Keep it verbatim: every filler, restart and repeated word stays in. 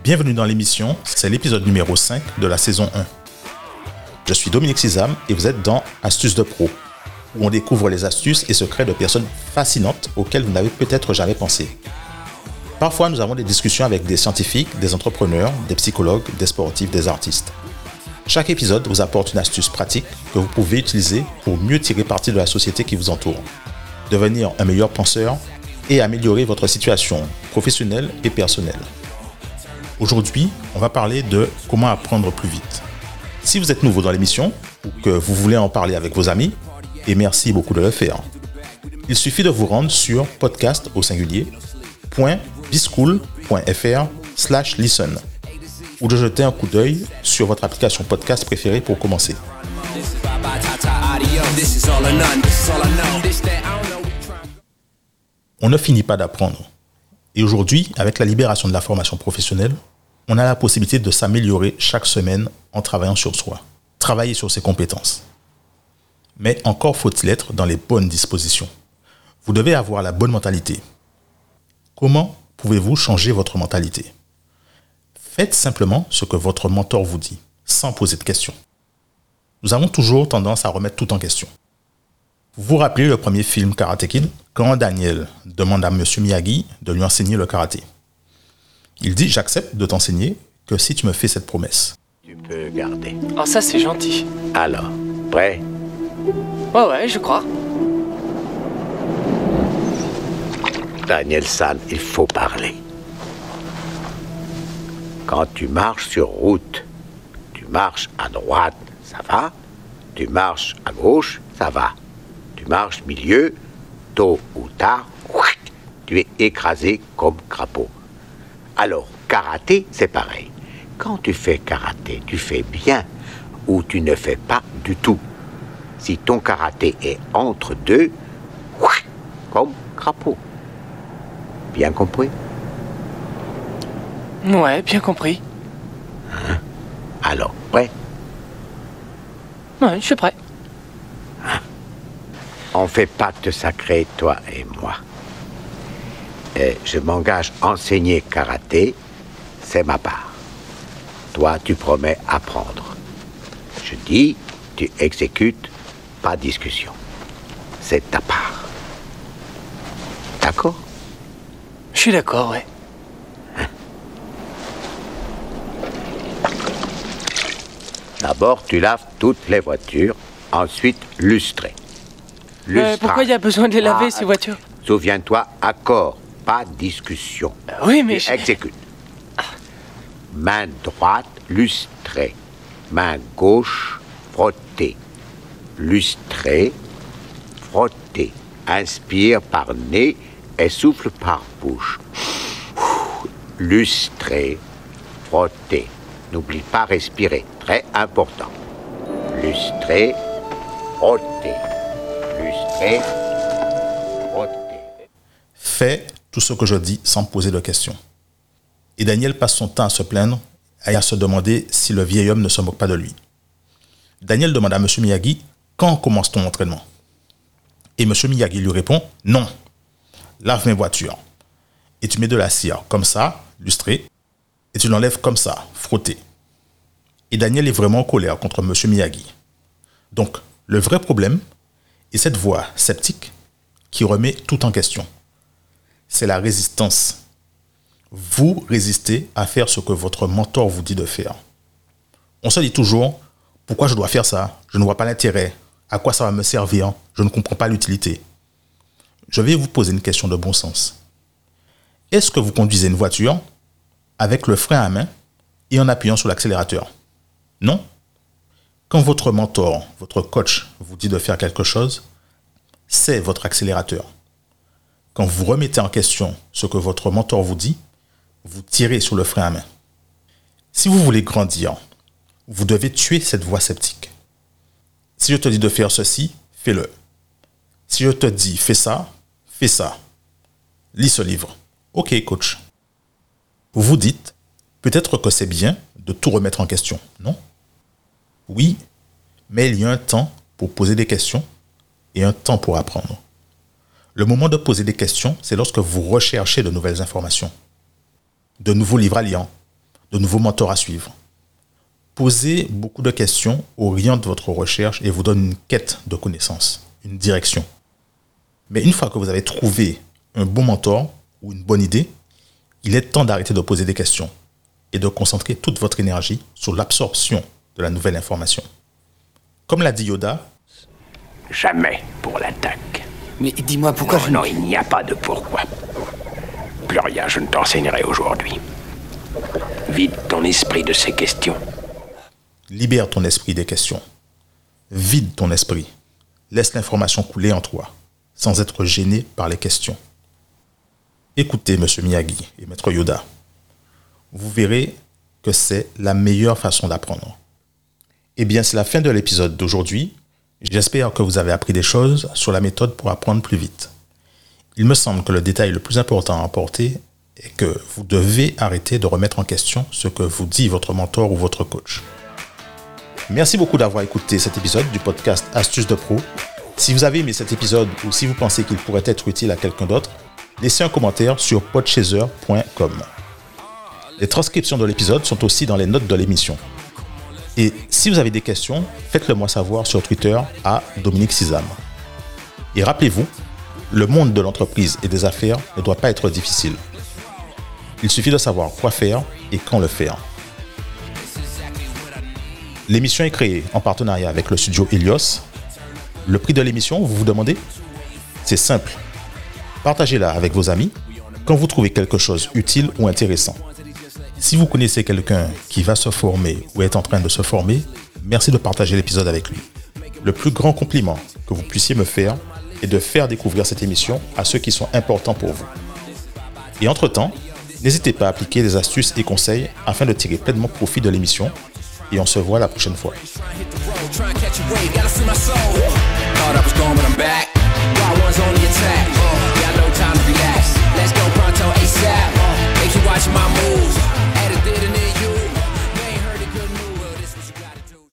Bienvenue dans l'émission, c'est l'épisode numéro cinq de la saison un. Je suis Dominique Sizam et vous êtes dans Astuces de Pro, où on découvre les astuces et secrets de personnes fascinantes auxquelles vous n'avez peut-être jamais pensé. Parfois, nous avons des discussions avec des scientifiques, des entrepreneurs, des psychologues, des sportifs, des artistes. Chaque épisode vous apporte une astuce pratique que vous pouvez utiliser pour mieux tirer parti de la société qui vous entoure, devenir un meilleur penseur et améliorer votre situation professionnelle et personnelle. Aujourd'hui, on va parler de comment apprendre plus vite. Si vous êtes nouveau dans l'émission ou que vous voulez en parler avec vos amis, et merci beaucoup de le faire, il suffit de vous rendre sur podcast au singulier .bischool.fr slash listen ou de jeter un coup d'œil sur votre application podcast préférée pour commencer. On ne finit pas d'apprendre. Et aujourd'hui, avec la libération de la formation professionnelle, on a la possibilité de s'améliorer chaque semaine en travaillant sur soi, travailler sur ses compétences. Mais encore faut-il être dans les bonnes dispositions. Vous devez avoir la bonne mentalité. Comment pouvez-vous changer votre mentalité ? Faites simplement ce que votre mentor vous dit, sans poser de questions. Nous avons toujours tendance à remettre tout en question. Vous vous rappelez le premier film Karate Kid, quand Daniel demande à M. Miyagi de lui enseigner le karaté. Il dit « J'accepte de t'enseigner que si tu me fais cette promesse. » Tu peux garder. Oh, ça c'est gentil. Alors, prêt ? Ouais, ouais, je crois. Daniel-san, il faut parler. Quand tu marches sur route, tu marches à droite, ça va. Tu marches à gauche, ça va. Tu marches milieu, tôt ou tard, tu es écrasé comme crapaud. Alors, karaté, c'est pareil. Quand tu fais karaté, tu fais bien ou tu ne fais pas du tout. Si ton karaté est entre deux, comme crapaud. Bien compris ? Ouais, bien compris. Hein ? Alors, prêt ? Ouais, je suis prêt. On fait pacte sacré, toi et moi. Et je m'engage à enseigner karaté, c'est ma part. Toi, tu promets apprendre. Je dis, tu exécutes, pas discussion. C'est ta part. D'accord ? Je suis d'accord, ouais. Hein ? D'abord, tu laves toutes les voitures, ensuite lustrer. Euh, pourquoi il y a besoin de les laver, ah, ces voitures ? Souviens-toi, accord, pas discussion. Euh, oui, mais... Tu exécutes. Main droite, lustrer. Main gauche, frotter. Lustrer, frotter. Inspire par nez et souffle par bouche. Lustrer, frotter. N'oublie pas respirer, très important. Lustrer, frotter. Lustrer, frotter. Fais tout ce que je dis sans poser de questions. Et Daniel passe son temps à se plaindre et à se demander si le vieil homme ne se moque pas de lui. Daniel demande à M. Miyagi « Quand commence ton entraînement ?» Et M. Miyagi lui répond « Non, lave mes voitures. Et tu mets de la cire comme ça, lustrée, et tu l'enlèves comme ça, frottée. » Et Daniel est vraiment en colère contre M. Miyagi. Donc, le vrai problème est cette voix sceptique qui remet tout en question. C'est la résistance. Vous résistez à faire ce que votre mentor vous dit de faire. On se dit toujours « Pourquoi je dois faire ça ? Je ne vois pas l'intérêt. À quoi ça va me servir ? Je ne comprends pas l'utilité. » Je vais vous poser une question de bon sens. Est-ce que vous conduisez une voiture avec le frein à main et en appuyant sur l'accélérateur ? Non ? Quand votre mentor, votre coach vous dit de faire quelque chose, c'est votre accélérateur. Quand vous remettez en question ce que votre mentor vous dit, vous tirez sur le frein à main. Si vous voulez grandir, vous devez tuer cette voix sceptique. Si je te dis de faire ceci, fais-le. Si je te dis fais ça, fais ça. Lis ce livre. Ok, coach. Vous vous dites, peut-être que c'est bien de tout remettre en question, non ? Oui, mais il y a un temps pour poser des questions et un temps pour apprendre. Le moment de poser des questions, c'est lorsque vous recherchez de nouvelles informations, de nouveaux livres à lire, de nouveaux mentors à suivre. Posez beaucoup de questions orientent votre recherche et vous donnent une quête de connaissances, une direction. Mais une fois que vous avez trouvé un bon mentor ou une bonne idée, il est temps d'arrêter de poser des questions et de concentrer toute votre énergie sur l'absorption de la nouvelle information. Comme l'a dit Yoda, jamais pour l'attaque. Mais dis-moi pourquoi non, je... Non, il n'y a pas de pourquoi. Plus rien je ne t'enseignerai aujourd'hui. Vide ton esprit de ces questions. Libère ton esprit des questions. Vide ton esprit. Laisse l'information couler en toi, sans être gêné par les questions. Écoutez M. Miyagi et Maître Yoda. Vous verrez que c'est la meilleure façon d'apprendre. Eh bien, c'est la fin de l'épisode d'aujourd'hui. J'espère que vous avez appris des choses sur la méthode pour apprendre plus vite. Il me semble que le détail le plus important à apporter est que vous devez arrêter de remettre en question ce que vous dit votre mentor ou votre coach. Merci beaucoup d'avoir écouté cet épisode du podcast Astuces de Pro. Si vous avez aimé cet épisode ou si vous pensez qu'il pourrait être utile à quelqu'un d'autre, laissez un commentaire sur podchaser point com. Les transcriptions de l'épisode sont aussi dans les notes de l'émission. Et si vous avez des questions, faites-le moi savoir sur Twitter à Dominique Sizam. Et rappelez-vous, le monde de l'entreprise et des affaires ne doit pas être difficile. Il suffit de savoir quoi faire et quand le faire. L'émission est créée en partenariat avec le studio Helios. Le prix de l'émission, vous vous demandez ? C'est simple. Partagez-la avec vos amis quand vous trouvez quelque chose utile ou intéressant. Si vous connaissez quelqu'un qui va se former ou est en train de se former, merci de partager l'épisode avec lui. Le plus grand compliment que vous puissiez me faire est de faire découvrir cette émission à ceux qui sont importants pour vous. Et entre-temps, n'hésitez pas à appliquer des astuces et conseils afin de tirer pleinement profit de l'émission. Et on se voit la prochaine fois.